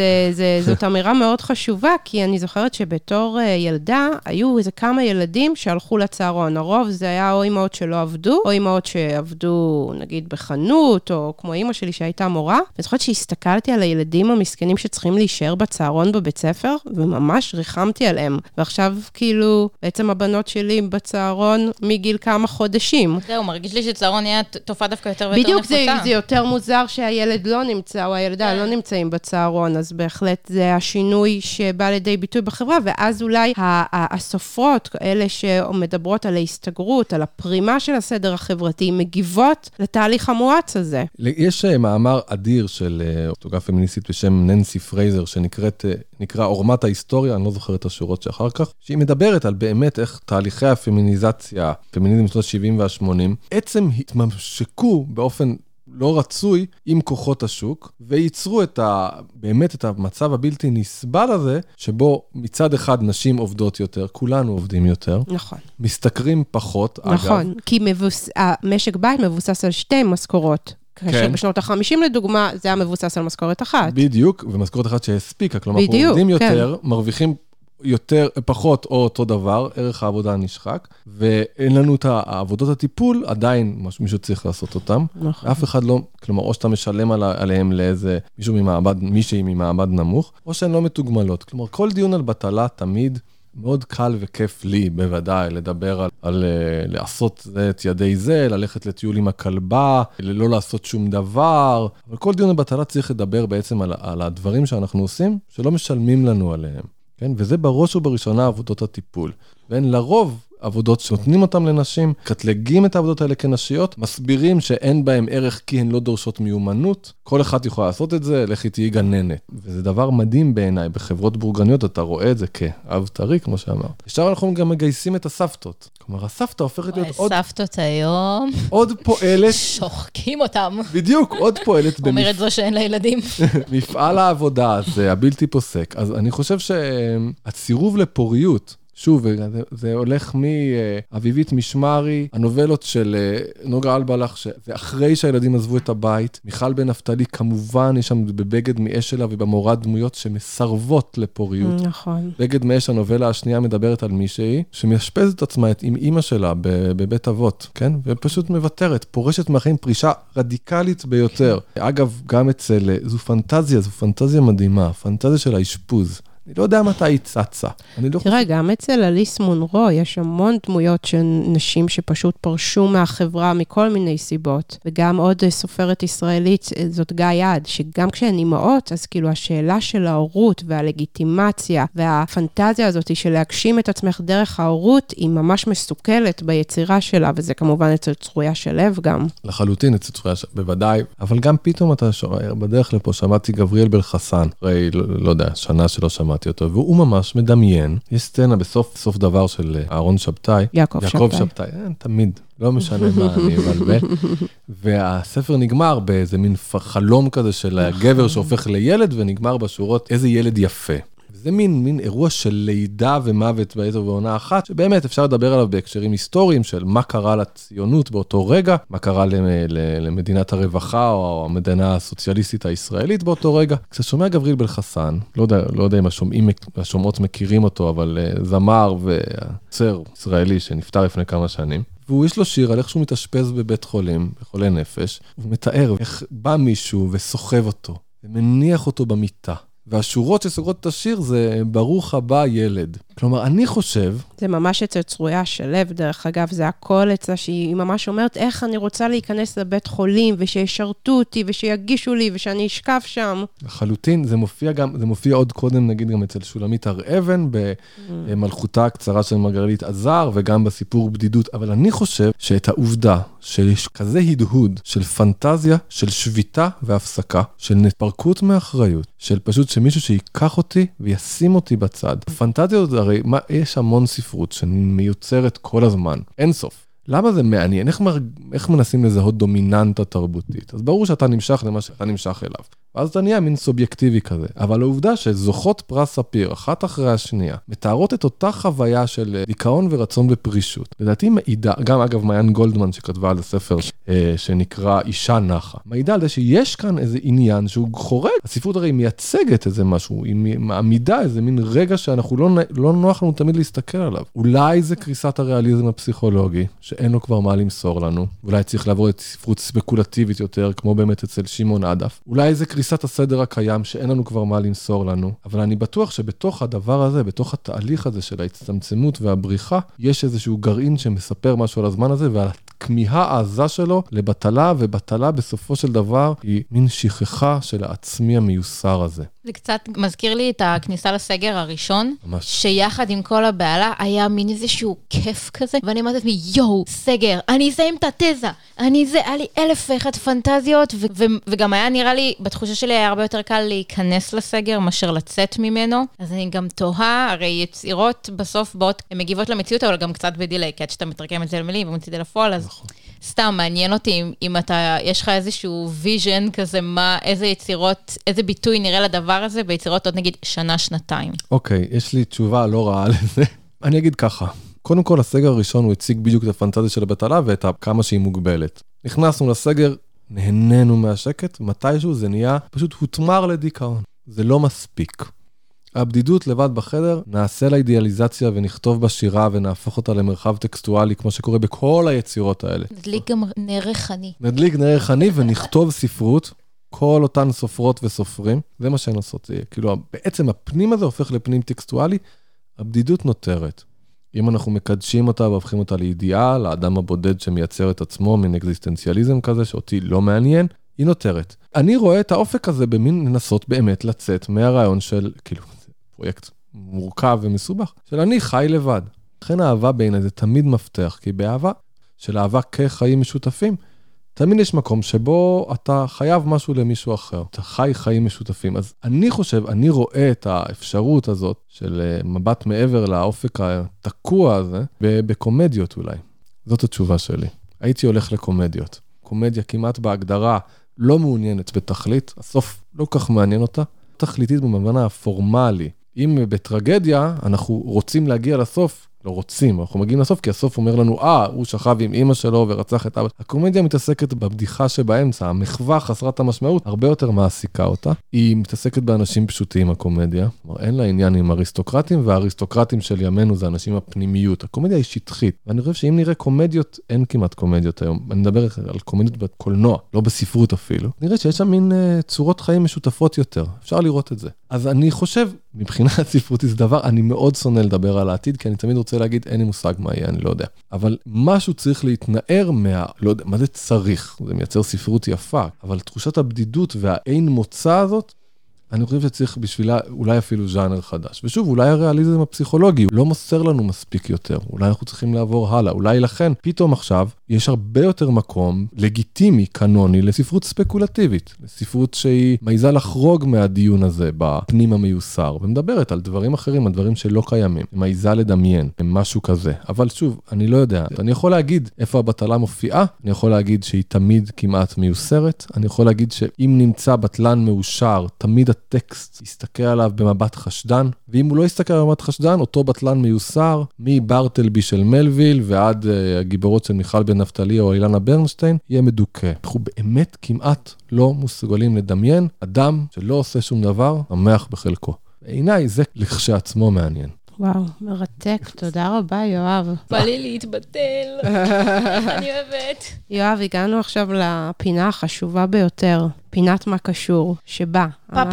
זאת אמירה מאוד חשובה, כי אני זוכרת שבתור ילדה, היו איזה כמה ילדים שהלכו לצהרון. הרוב זה היה או אמהות שלא עבדו, או אמהות שעבדו, נגיד, בחנות, או כמו אמא שלי שהייתה מורה. ואני זוכרת שהסתכלתי על הילדים המסכנים שצריכים להישאר בצהרון בבית ספר, וממש ריחמתי עליהם. ועכשיו, כאילו, בעצם הבנות שלי בצהרון מגיל כמה חודשים. זהו, מרגיש לי שצהרון יהיה תופעה דווקא יותר ויותר נפוצה. בדיוק, זה יותר מוזר שהילד לא נמצא, או הילדה לא נמצאים בצהרון, אז בהחלט זה השינוי שבא לידי ביטוי בחברה, ואז אולי הסופרות, אלה שמדברות על ההסתגרות, על הפרימה של הסדר החברתי, מגיבות לתהליך המואץ הזה. יש מאמר אדיר של אורטוגה פמיניסטית בשם ננסי פרייזר, שנקרא עורמת ההיסטוריה, אני לא זוכר את השורות שאחר כך, שהיא מדברת על באמת איך תהליכי הפמיניזציה, פמיניזם בשנות ה-70 וה-80, עצם התממשקו באופן לא רצוי עם כוחות השוק, וייצרו באמת את המצב הבלתי נסבל הזה, שבו מצד אחד נשים עובדות יותר, כולנו עובדים יותר. נכון. משתכרים פחות, אגב. נכון, כי המשק בית מבוסס על שתי משכורות. כאשר בשנות ה-50 לדוגמה, זה היה מבוסס על משכורת אחת. בדיוק, ומשכורת אחת שהספיקה, כלומר, אנחנו עובדים יותר, מרוויחים יותר, פחות או אותו דבר, ערך העבודה נשחק, ואין לנו את העבודות הטיפול, עדיין מישהו צריך לעשות אותם. נכון. אף אחד לא, כלומר, או שאתה משלם עליהם לאיזה מישהי ממעמד נמוך, או שהן לא מתוגמלות. כלומר, כל דיון על בטלה תמיד מאוד קל וכיף לי, בוודאי, לדבר על לעשות את ידי זה, ללכת לטיול עם הכלבה, לא לעשות שום דבר, אבל כל דיון על בטלה צריך לדבר בעצם על הדברים שאנחנו עושים, שלא משלמים לנו עליהם. כן? וזה בראש ובראשונה עבודות הטיפול. והן לרוב עבודות שנותנים אותם לנשים, קטלגים את העבודות האלה כנשיות, מסבירים שאין בהם ערך כי הן לא דורשות מיומנות, כל אחד יכול לעשות את זה, לכי תהי גננת. וזה דבר מדהים בעיניי, בחברות בורגניות אתה רואה את זה כאב טרי, כמו שאמרת. עכשיו אנחנו גם מגייסים את הסבתות. כלומר, הסבתא הופכת להיות עוד... הסבתות היום... עוד פועלת... שוחקים אותם. בדיוק, עוד פועלת... אומרת זו שאין לה ילדים. מפעל העבודה הזה, הבלתי פוסק. אז אני חושב שהצירוב לפוריות, שוב, זה הולך מאביבית משמרי, הנובלות של נוגה אלבלח, שזה אחרי שהילדים עזבו את הבית, מיכל בן נפתלי, כמובן, יש שם בבגד מאש שלה ובמורד דמויות שמסרבות לפוריות. נכון. בגד מאש, הנובלה השנייה מדברת על מישהי, שמאשפזת עצמה עם אימא שלה בבית אבות, כן? ופשוט מוותרת, פורשת מהחיים פרישה רדיקלית ביותר. אגב, גם זו פנטזיה מדהימה, פנטזיה של האשפוז. אני לא יודע מתי היא צצה. תראה, גם אצל אליס מונרו יש המון דמויות של נשים שפשוט פרשו מהחברה מכל מיני סיבות, וגם עוד סופרת ישראלית, זאת גיא יעד, שגם כשהן אימהות, אז כאילו השאלה של ההורות והלגיטימציה והפנטזיה הזאת של להגשים את עצמך דרך ההורות, היא ממש מסוכלת ביצירה שלה, וזה כמובן אצל צרויה שלו גם. לחלוטין אצל צרויה שלו, בוודאי, אבל גם פתאום אתה בדרך לפה שמעתי גבריאל בלחסן, הרי לא יודע, שנה שלא שמעתי אותו, והוא ממש מדמיין, יש סצנה בסוף דבר של אהרון שבתאי, יעקב שבתאי, תמיד, לא משנה מה אני מבלבל, והספר נגמר באיזה מין חלום כזה של הגבר שהופך לילד, ונגמר בשורות איזה ילד יפה. זה מין אירוע של לידה ומוות בעצם בעונה אחת, שבאמת אפשר לדבר עליו בהקשרים היסטוריים של מה קרה לציונות באותו רגע, מה קרה למדינת הרווחה או המדינה הסוציאליסטית הישראלית באותו רגע. כששומע גבריאל בלחסן, לא יודע אם השומעות מכירים אותו, אבל זמר ויוצר ישראלי שנפטר לפני כמה שנים, והוא יש לו שיר על איך שהוא מתאשפז בבית חולים, בחולי נפש, הוא מתאר איך בא מישהו וסוחב אותו, ומניח אותו במיטה. והשורות שסוגרות את השיר זה ברוך הבא ילד. כלומר, אני חושב... זה ממש אצל צרויה שלו, דרך אגב, זה הכל אצלה שהיא ממש אומרת איך אני רוצה להיכנס לבית חולים, ושישרתו אותי, ושיגישו לי, ושאני אשכב שם. לחלוטין, זה מופיע עוד קודם, נגיד גם אצל שולמית הר אבן, במלכותה הקצרה של מרגלית עזר, וגם בסיפור בדידות, אבל אני חושב שאת העובדה שיש כזה הדהוד של פנטזיה, של שביתה והפסקה, של נתפרקות מאחריות, של פשוט שמישהו שיקח אותי וישים אותי בצד. הפנטזיות, הרי יש המון ספרות שמיוצרת כל הזמן, אין סוף. למה זה מעניין? איך מנסים לזהות דומיננטה תרבותית? אז ברור שאתה נמשך למה שאתה נמשך אליו. ואז אתה נהיה מין סובייקטיבי כזה. אבל העובדה שזוכות פרס ספיר, אחת אחרי השנייה, מתארות את אותה חוויה של דיכאון ורצון בפרישות. לדעתי מעידה, גם אגב מעיין גולדמן שכתבה על הספר שנקרא אישה נחה, מעידה על זה שיש כאן איזה עניין שהוא חורג. הספרות הרי מייצגת איזה משהו, היא מעמידה איזה מין רגע שאנחנו לא נוח לנו תמיד להסתכל עליו. אולי זה קריסת הריאליזם הפסיכולוגי, שאין לו כבר מה למסור לנו. אולי צריך לעבור את ספרות ספקולטיבית יותר, כמו באמת אצל שמעון עדף. אולי זה קריסת הסדר הקיים, שאין לנו כבר מה למסור לנו. אבל אני בטוח שבתוך הדבר הזה, בתוך התהליך הזה של ההצטמצמות והבריחה, יש איזשהו גרעין שמספר משהו על הזמן הזה, ועל הכמיהה העזה שלו לבטלה, ובטלה בסופו של דבר היא מין שכחה של העצמי המיוסר הזה. זה קצת מזכיר לי את הכניסה לסגר הראשון, ממש. שיחד עם כל הבעלה היה מין איזשהו כיף כזה, ואני אמרתי לי, יואו, סגר, אני אסיים את התזה, היה לי 1001 פנטזיות, וגם היה נראה לי, בתחושה שלי היה הרבה יותר קל להיכנס לסגר, מאשר לצאת ממנו, אז אני גם תוהה, הרי יצירות בסוף באות, הן מגיבות למציאות, אבל גם קצת בדילי, כי עד שאתה מתרגם את זה למילים ומוציא את זה לפועל, אז סתם מעניין אותי, אם יש לך איזשהו ויז'ן כזה, איזה יצירות, איזה ביטוי נראה לדבר הזה, ביצירות עוד נגיד שנה, שנתיים. אוקיי, יש לי תשובה לא רעה לזה. אני אגיד ככה, קודם כל הסגר הראשון הוא הציג בדיוק את הפנטזיה של הבטלה, ואת כמה שהיא מוגבלת. נכנסנו לסגר, נהנינו מהשקט, מתישהו זה נהיה פשוט הותמר לדיכאון. זה לא מספיק. הבדידות לבד בחדר, נעשה לה אידיאליזציה ונכתוב בשירה ונהפוך אותה למרחב טקסטואלי, כמו שקורה בכל היצירות האלה. נדליק גם נר ריחני. נדליק נר ריחני ונכתוב ספרות, כל אותן סופרות וסופרים, זה מה שהן עושות. כאילו, בעצם הפנים הזה הופך לפנים טקסטואלי, הבדידות נותרת. אם אנחנו מקדשים אותה והופכים אותה לאידיאל, לאדם הבודד שמייצר את עצמו, מין אקזיסטנציאליזם כזה, שאותי לא מעניין, היא נותרת. אני רואה את האופק הזה במין לנסות באמת לצאת מהרעיון של, כאילו, פרויקט מורכב ומסובך, של אני חי לבד. לכן האהבה בעיניי זה תמיד מפתח, כי באהבה של אהבה כחיים משותפים, תמיד יש מקום שבו אתה חייב משהו למישהו אחר. אתה חי חיים משותפים. אז אני חושב, אני רואה את האפשרות הזאת של מבט מעבר לאופק התקוע הזה, בקומדיות אולי. זאת התשובה שלי. הייתי הולך לקומדיות. קומדיה כמעט בהגדרה לא מעוניינת בתכלית, הסוף לא כך מעניין אותה. תכליתית במובן הפורמלי. אם בטרגדיה אנחנו רוצים להגיע לסוף, לא רוצים, אנחנו מגיעים לסוף, כי הסוף אומר לנו, הוא שכב עם אמא שלו ורצח את אבא. הקומדיה מתעסקת בבדיחה שבאמצע, המחווה חסרת המשמעות, הרבה יותר מעסיקה אותה. היא מתעסקת באנשים פשוטים, הקומדיה. כלומר, אין לה עניין עם אריסטוקרטים, והאריסטוקרטים של ימינו זה אנשים הפנימיות. הקומדיה היא שטחית. ואני חושב שאם נראה קומדיות, אין כמעט קומדיות היום. אני מדבר על קומדיות בקולנוע, לא בספרות אפילו. נראה שיש שם מין צורות חיים משותפות יותר. אפשר לראות את זה. אז אני חושב, מבחינת ספרותית זה דבר, אני מאוד שונא לדבר על העתיד, כי אני תמיד רוצה להגיד, אין לי מושג מה יהיה, אני לא יודע. אבל משהו צריך להתנער לא יודע, מה זה צריך? זה מייצר ספרות יפה, אבל תחושת הבדידות והאין מוצא הזאת, אני חושב שצריך בשבילה אולי אפילו ז'אנר חדש. ושוב, אולי הריאליזם הפסיכולוגי לא מוסר לנו מספיק יותר. אולי אנחנו צריכים לעבור הלאה. אולי לכן, פתאום עכשיו, יש הרבה יותר מקום לגיטימי, קנוני, לספרות ספקולטיבית. לספרות שהיא מעיזה לחרוג מהדיון הזה בפנים המיוסר, ומדברת על דברים אחרים, על דברים שלא קיימים. היא מעיזה לדמיין, משהו כזה. אבל שוב, אני לא יודע. אני יכול להגיד איפה הבטלה מופיעה, אני יכול להגיד שהיא תמיד כמעט מיוסרת. אני יכול להגיד שאם נמצא בטלן מאושר, תמיד הטקסט יסתכל עליו במבט חשדן, ואם הוא לא יסתכל במבט חשדן, אותו בטלן מיוסר, מברטלבי של מלוויל ועד הגיבורות של מיכל בן נפתלי או אילנה ברנשטיין, יהיה מדוכא. אנחנו באמת כמעט לא מסוגלים לדמיין אדם שלא עושה שום דבר, שמח בחלקו. בעיניי זה לכשעצמו מעניין. וואו, מרתק. תודה רבה, יואב. בא לי להתבטל. אני אוהבת. יואב, הגענו עכשיו לפינה החשובה ביותר, פינת מה קשור, שבה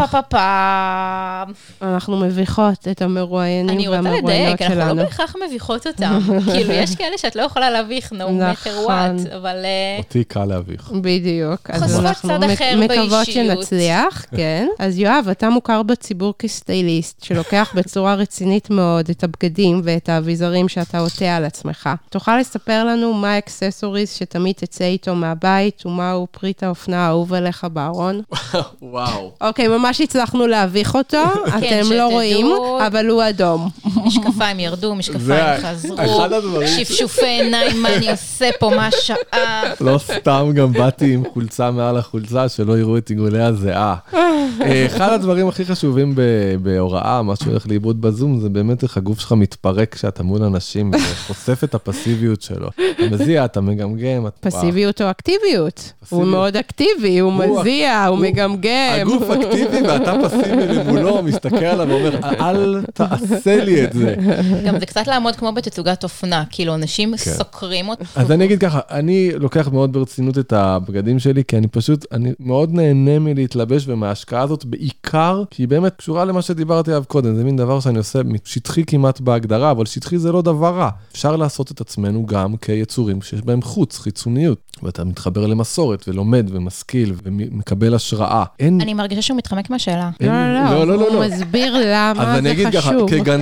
אנחנו מביכות את המרואיינים והמרואיינות שלנו. אני רוצה לדייק, אנחנו לא בהכרח מביכות אותם. כאילו, יש כאלה שאת לא יכולה להביך, no matter what, אבל... אותי קל להביך. בדיוק. חושפות צד אחר באישיות. מקוות שנצליח, כן. אז יואב, אתה מוכר בציבור כסטייליסט, שלוקח בצורה רצינית מאוד את הבגדים ואת האביזרים שאתה עוטה על עצמך. תוכל לספר לנו מה האקססוריז שתמיד תצא איתו מהבית, ומהו פריט האופנה האהוב עליך בארון? וואו. אוקיי, ממש הצלחנו להביך אותו, אתם לא רואים, אבל הוא אדום. משקפיים ירדו, משקפיים חזרו, שפשופי עיניים, מה אני עושה פה, מה השעה? לא סתם גם באתי עם חולצה מעל החולצה, שלא יראו את עיגולי הזיעה. אחד הדברים הכי חשובים בהוראה, מה שהולך לאיבוד בזום, זה באמת איך הגוף שלך מתפרק כשאתה מול אנשים, וחושף את הפסיביות שלו. אתה מזיע, אתה מגמגם. פסיביות או אקטיביות? הוא מאוד אקטיבי, הוא מזיע, הוא מגמגם. הגוף אקטיבי ואתה פסיבי למולו, מסתכל עליו ואומר, אל תעשה לי את זה. גם זה קצת לעמוד כמו בתצוגת אופנה, כאילו אנשים סוקרים אותם. אז אני אגיד ככה, אני לוקח מאוד ברצינות את הבגדים שלי, כי אני מאוד נהנה מלהתלבש ומההשקעה הזאת, בעיקר, כי היא באמת קשורה למה שדיברתי עליו קודם, זה מין דבר שאני עושה שטחי כמעט בהגדרה, אבל שטחי זה לא דבר רע. אפשר לעשות את עצמנו גם כיצורים שיש בהם חוץ, חיצוניות, ואתה מתחבר למסורת ולומד ומשכיל ומקבל השראה. אני מרגישה שהוא מתחמק מהשאלה. לא, הוא מסביר למה זה חשוב. אז אני אגיד ככה,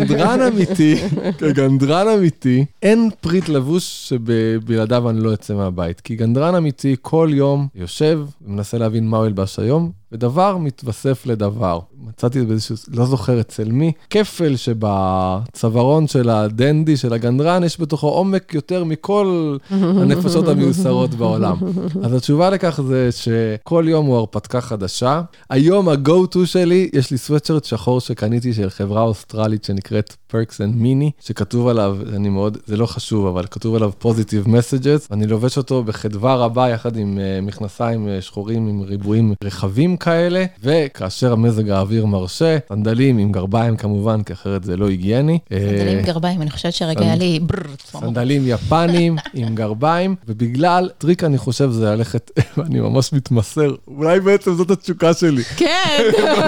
כגנדרן אמיתי, אין פריט לבוש שבלעדיו אני לא אצא מהבית. כי גנדרן אמיתי כל יום יושב ומנסה להבין מה הוא ילבש היום, ודבר מתווסף לדבר. מצאתי באיזשהו, לא זוכר אצל מי, כפל שבצווארון של הדנדי, של הגנדרן, יש בתוכו עומק יותר מכל הנפשות המיוסרות בעולם. אז התשובה לכך זה שכל יום הוא הרפתקה חדשה. היום ה-go-to שלי, יש לי סוויטשרט שחור שקניתי של חברה אוסטרלית שנקראת Perks and Mini, שכתוב עליו, אני מאוד, זה לא חשוב, אבל כתוב עליו positive messages, אני לובש אותו בחדווה רבה, יחד עם מכנסיים שחורים עם ריבועים רחבים כאלה, וכאשר המזג האוויר מרשה, סנדלים עם גרביים כמובן, כי אחרת זה לא היגייני. סנדלים עם גרביים, אני חושבת שרגע היה לי סנדלים יפנים עם גרביים, ובגלל טריק אני חושב זה ללכת, אני ממש מתמסר, אולי בעצם זאת התשוקה שלי. כן,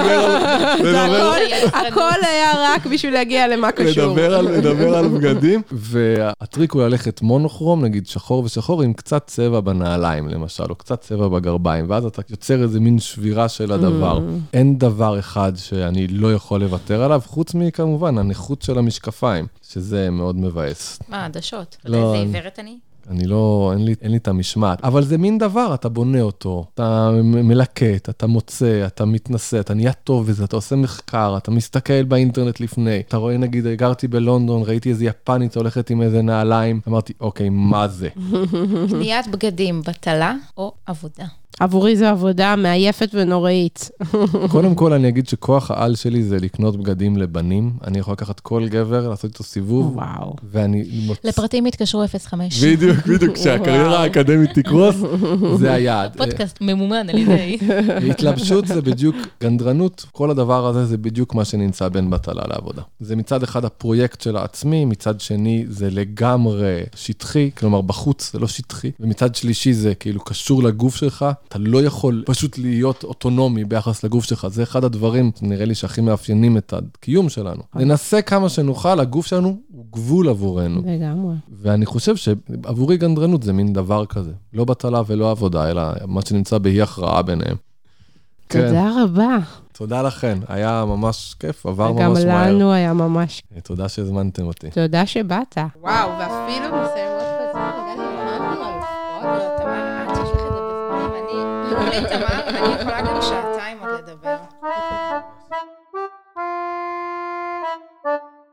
הכל היה רק בשביל להגיע למה קשור. לדבר על בגדים, והטריק הוא ללכת מונוכרום, נגיד שחור ושחור, עם קצת צבע בנעליים למשל, או קצת צבע בגרביים, ואז אתה יוצר איזה מין שבירה של הדבר. אין דבר אחד שאני לא יכול לוותר עליו, חוץ מכמובן הנכות של המשקפיים, שזה מאוד מבאס. מה, עדשות? אתה יודע איזה עיוורת אני? אני לא, אין לי את המשמעת, אבל זה מין דבר, אתה בונה אותו, אתה מלקט, אתה מוצא, אתה מתנסה, אתה נהיה טוב בזה, אתה עושה מחקר, אתה מסתכל באינטרנט לפני, אתה רואה נגיד, גרתי בלונדון, ראיתי איזה יפנית הולכת עם איזה נעליים, אמרתי, אוקיי, מה זה? קניית בגדים בטלה או עבודה? עבורי זו עבודה מעייפת ונוראית. קודם כל אני אגיד שכוח העל שלי זה לקנות בגדים לבנים. אני יכול לקחת כל גבר, לעשות איתו סיבוב. וואו. ואני... לפרטים התקשרו 05. בדיוק, כשהקריירה האקדמית תקרוס, זה היעד. פודקאסט ממומן על ידי. התלבשות זה בדיוק, גנדרנות, כל הדבר הזה זה בדיוק מה שנמצא בין בטלה לעבודה. זה מצד אחד הפרויקט של העצמי, מצד שני זה לגמרי שטחי, כלומר בחוץ זה לא שטחי, ומצד שלישי זה כאילו קשור לגוף שלך, אתה לא יכול פשוט להיות אוטונומי ביחס לגוף שלך. זה אחד הדברים, נראה לי שהכי מאפיינים את הקיום שלנו. ננסה כמה שנוכל, הגוף שלנו הוא גבול עבורנו. לגמרי. ואני חושב שעבורי גנדרנות זה מין דבר כזה. לא בטלה ולא עבודה, אלא מה שנמצא באי הכרעה ביניהם. תודה רבה. תודה לכן, היה ממש כיף, עבר ממש מהר. גם לנו היה ממש. תודה שהזמנתם אותי. תודה שבאת. וואו, ואפילו מסיימות בזמן, תמר, את שיש לך את זה בזמנים, אני יכולה גם שעתיים עוד לדבר.